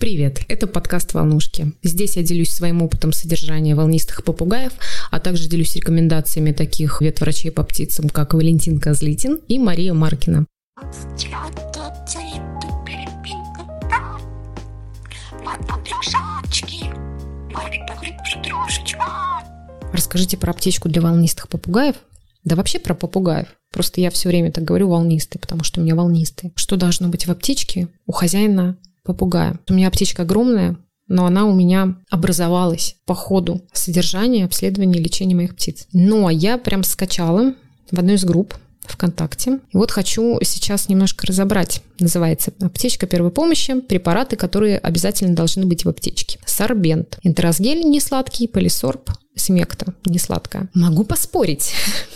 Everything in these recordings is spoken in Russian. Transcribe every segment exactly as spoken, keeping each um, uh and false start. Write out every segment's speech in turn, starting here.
Привет, это подкаст «Волнушки». Здесь я делюсь своим опытом содержания волнистых попугаев, а также делюсь рекомендациями таких ветврачей по птицам, как Валентин Козлитин и Мария Маркина. Расскажите про аптечку для волнистых попугаев. Да вообще про попугаев. Просто я все время так говорю волнистые, потому что у меня волнистые. Что должно быть в аптечке у хозяина попугая? У меня аптечка огромная, но она у меня образовалась по ходу содержания, обследования и лечения моих птиц. Но я прям скачала в одной из групп ВКонтакте. И вот хочу сейчас немножко разобрать. Называется «Аптечка первой помощи. Препараты, которые обязательно должны быть в аптечке». Сорбент, энтеросгель несладкий, полисорб, смекта несладкая. Могу поспорить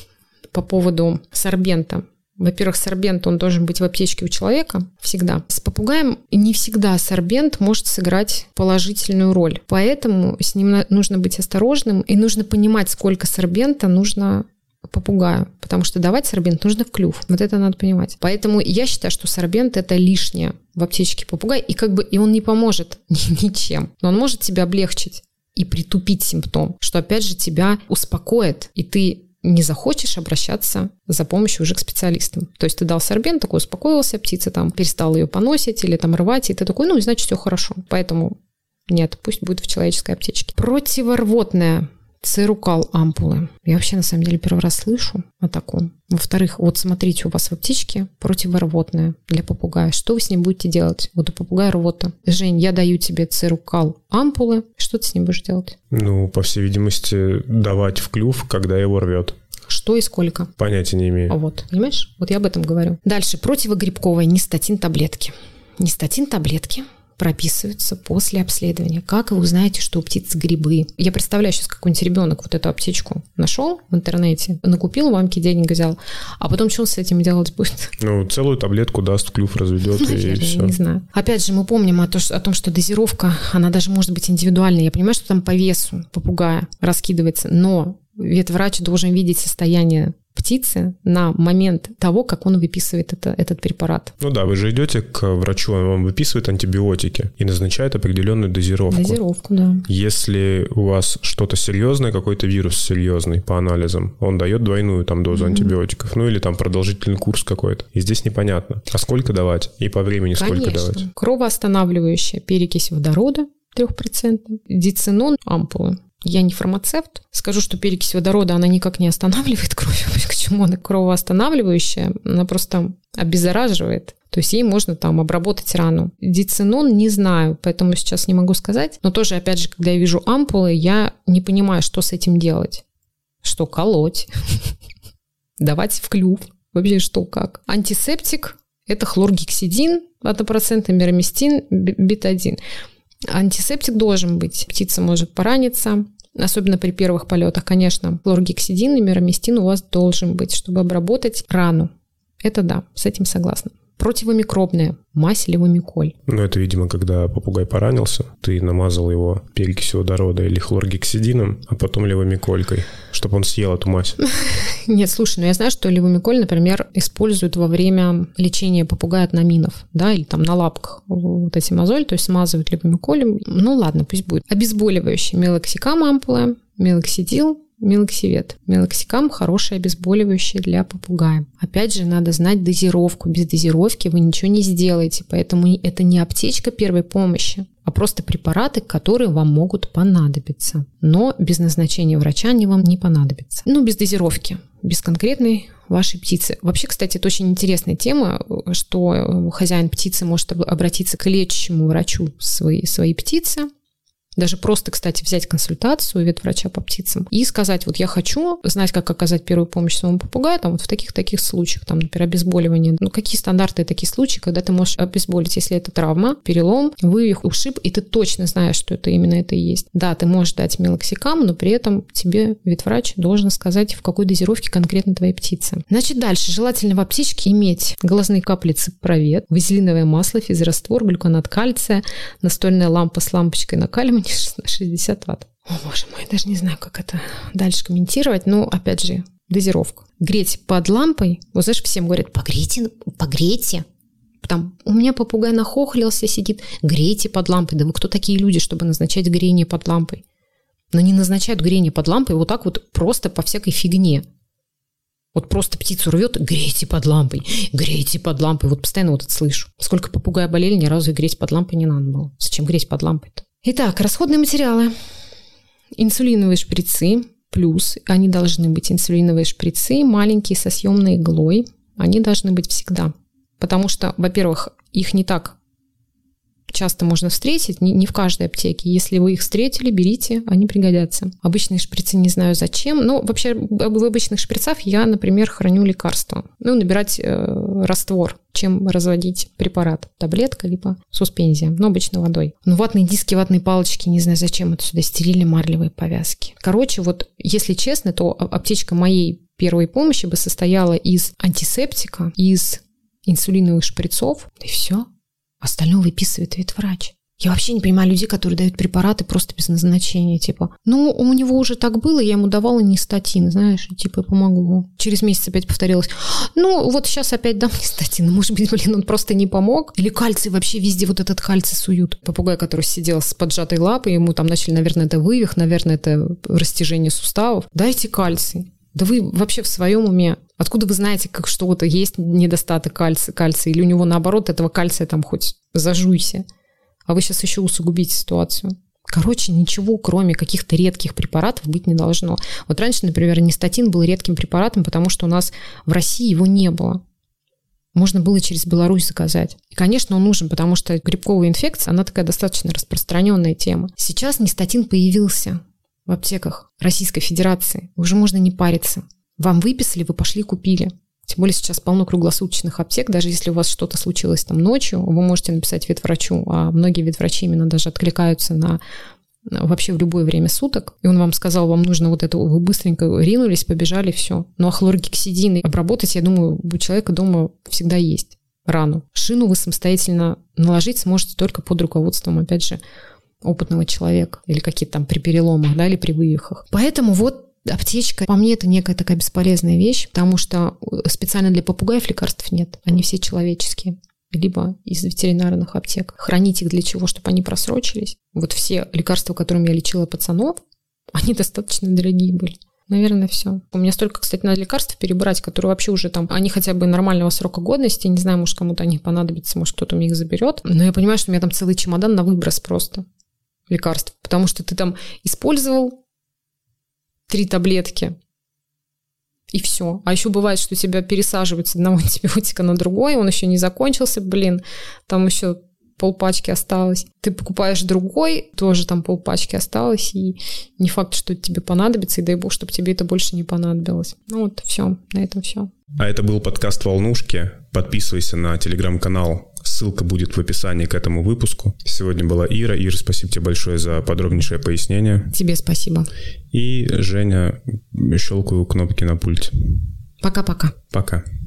по поводу сорбента. Во-первых, сорбент, он должен быть в аптечке у человека всегда. С попугаем не всегда сорбент может сыграть положительную роль. Поэтому с ним нужно быть осторожным и нужно понимать, сколько сорбента нужно попугаю, потому что давать сорбент нужно в клюв. Вот это надо понимать. Поэтому я считаю, что сорбент – это лишнее в аптечке попугая, и как бы и он не поможет ничем, но он может тебе облегчить и притупить симптом, что опять же тебя успокоит, и ты не захочешь обращаться за помощью уже к специалистам. То есть ты дал сорбент, такой успокоился, птица там перестала ее поносить или там рвать, и ты такой, ну, значит, все хорошо. Поэтому нет, пусть будет в человеческой аптечке. Противорвотная церукал ампулы. Я вообще, на самом деле, первый раз слышу о таком. Во-вторых, вот смотрите, у вас в аптечке противорвотная для попугая. Что вы с ним будете делать? Вот у попугая рвота. Жень, я даю тебе церукал ампулы. Что ты с ним будешь делать? Ну, по всей видимости, давать в клюв, когда его рвет. Что и сколько? Понятия не имею. А вот, понимаешь? Вот я об этом говорю. Дальше, противогрибковая нистатин таблетки. Нистатин таблетки прописываются после обследования. Как вы узнаете, что у птиц грибы? Я представляю, сейчас какой-нибудь ребенок вот эту аптечку нашел в интернете, накупил, мамке денег взял, а потом что он с этим делать будет? Ну, целую таблетку даст, в клюв разведет, и все. Не знаю. Опять же, мы помним о том, что дозировка, она даже может быть индивидуальной. Я понимаю, что там по весу попугая раскидывается, но ветврач должен видеть состояние птицы на момент того, как он выписывает это, этот препарат. Ну да, вы же идете к врачу, он вам выписывает антибиотики и назначает определенную дозировку. Дозировку, да. Если у вас что-то серьезное, какой-то вирус серьезный по анализам, он дает двойную там дозу mm-hmm. антибиотиков, ну или там продолжительный курс какой-то. И здесь непонятно, а сколько давать и по времени Конечно. Сколько давать. Кровоостанавливающая перекись водорода три процента, дицинон ампулы. Я не фармацевт. Скажу, что перекись водорода, она никак не останавливает кровь. Почему она кровоостанавливающая? Она просто обеззараживает. То есть ей можно там обработать рану. Дицинон не знаю, поэтому сейчас не могу сказать. Но тоже, опять же, когда я вижу ампулы, я не понимаю, что с этим делать. Что колоть? Давать в клюв? Вообще что, как? Антисептик – это хлоргексидин, однопроцентный мироместин, бетадин. Антисептик должен быть. Птица может пораниться, особенно при первых полетах, конечно. Хлоргексидин и мироместин у вас должен быть, чтобы обработать рану. Это да, с этим согласна. Противомикробная мазь левомиколь. Ну, это, видимо, когда попугай поранился, ты намазал его перекисью водорода или хлоргексидином, а потом левомиколькой, чтобы он съел эту мазь. Нет, слушай, ну я знаю, что левомиколь, например, используют во время лечения попугая от номинов, да, или там на лапках вот эти мозоли, то есть смазывают левомиколем. Ну ладно, пусть будет. Обезболивающие мелоксикам ампула, мелоксидил, мелоксивет. Мелоксикам – хорошее обезболивающее для попугая. Опять же, надо знать дозировку. Без дозировки вы ничего не сделаете. Поэтому это не аптечка первой помощи, а просто препараты, которые вам могут понадобиться. Но без назначения врача они вам не понадобятся. Ну, без дозировки, без конкретной вашей птицы. Вообще, кстати, это очень интересная тема, что хозяин птицы может обратиться к лечащему врачу своей, своей птицы. Даже просто, кстати, взять консультацию ветврача по птицам и сказать, вот я хочу знать, как оказать первую помощь своему попугаю, там вот в таких-таких случаях, там, например, обезболивание. Ну, какие стандарты такие случаи, когда ты можешь обезболить, если это травма, перелом, вывих, ушиб, и ты точно знаешь, что это именно это и есть. Да, ты можешь дать мелоксикам, но при этом тебе ветврач должен сказать, в какой дозировке конкретно твоей птицы. Значит, дальше. Желательно в аптечке иметь глазные капли ципровет, вазелиновое масло, физраствор, глюконат кальция, настольная лампа с лампочкой накаливания на шестьдесят ватт. О, боже мой, я даже не знаю, как это дальше комментировать. Но, опять же, дозировка. Греть под лампой. Вот знаешь, всем говорят, погрейте, погрейте. Там, у меня попугай нахохлился, сидит, грейте под лампой. Да вы кто такие люди, чтобы назначать грение под лампой? Но не назначают грение под лампой вот так вот просто по всякой фигне. Вот просто птицу рвет, грейте под лампой, грейте под лампой. Вот постоянно вот это слышу. Сколько попугая болели, ни разу и греть под лампой не надо было. Зачем греть под лампой-то? Итак, расходные материалы. Инсулиновые шприцы. Плюс они должны быть инсулиновые шприцы, маленькие, со съемной иглой. Они должны быть всегда. Потому что, во-первых, их не так часто можно встретить, не, не в каждой аптеке. Если вы их встретили, берите, они пригодятся. Обычные шприцы не знаю зачем. Но вообще в обычных шприцах я, например, храню лекарства. Ну, набирать э, раствор, чем разводить препарат. Таблетка, либо суспензия, но обычно водой. Ну, ватные диски, ватные палочки, не знаю зачем это сюда, стерильные марлевые повязки. Короче, вот если честно, то аптечка моей первой помощи бы состояла из антисептика, из инсулиновых шприцов, и все. Остальное выписывает ветврач. Я вообще не понимаю людей, которые дают препараты просто без назначения. Типа, ну, у него уже так было, я ему давала нистатин, знаешь, и типа помогло. Через месяц опять повторилось. Ну, вот сейчас опять дам нистатин. Может быть, блин, он просто не помог. Или кальций, вообще везде вот этот кальций суют. Попугай, который сидел с поджатой лапой, ему там начали, наверное, это вывих, наверное, это растяжение суставов. Дайте кальций. Да вы вообще в своем уме. Откуда вы знаете, как что-то есть недостаток кальция, кальция, или у него наоборот этого кальция там хоть зажуйся, а вы сейчас еще усугубите ситуацию. Короче, ничего, кроме каких-то редких препаратов, быть не должно. Вот раньше, например, нистатин был редким препаратом, потому что у нас в России его не было. Можно было через Беларусь заказать. И, конечно, он нужен, потому что грибковая инфекция, она такая достаточно распространенная тема. Сейчас нистатин появился в аптеках Российской Федерации. Уже можно не париться. Вам выписали, вы пошли купили. Тем более сейчас полно круглосуточных аптек. Даже если у вас что-то случилось там ночью, вы можете написать ветврачу, а многие ветврачи именно даже откликаются на вообще в любое время суток. И он вам сказал, вам нужно вот это, вы быстренько ринулись, побежали, все. Ну а хлоргексидин обработать, я думаю, у человека дома всегда есть рану. Шину вы самостоятельно наложить сможете только под руководством, опять же, опытного человека. Или какие-то там при переломах, да, или при вывихах. Поэтому вот аптечка, по мне, это некая такая бесполезная вещь, потому что специально для попугаев лекарств нет. Они все человеческие. Либо из ветеринарных аптек. Хранить их для чего? Чтобы они просрочились. Вот все лекарства, которыми я лечила пацанов, они достаточно дорогие были. Наверное, все. У меня столько, кстати, надо лекарств перебрать, которые вообще уже там, они хотя бы нормального срока годности. Не знаю, может, кому-то они понадобятся, может, кто-то у меня их заберет. Но я понимаю, что у меня там целый чемодан на выброс просто лекарств. Потому что ты там использовал три таблетки, и все. А еще бывает, что тебя пересаживают с одного антибиотика на другой, он еще не закончился, блин, там еще полпачки осталось. Ты покупаешь другой, тоже там полпачки осталось, и не факт, что это тебе понадобится, и дай бог, чтобы тебе это больше не понадобилось. Ну вот, все, на этом все. А это был подкаст «Волнушки». Подписывайся на телеграм-канал. Ссылка будет в описании к этому выпуску. Сегодня была Ира. Ира, спасибо тебе большое за подробнейшее пояснение. Тебе спасибо. И Женя, щелкаю кнопки на пульте. Пока-пока. Пока.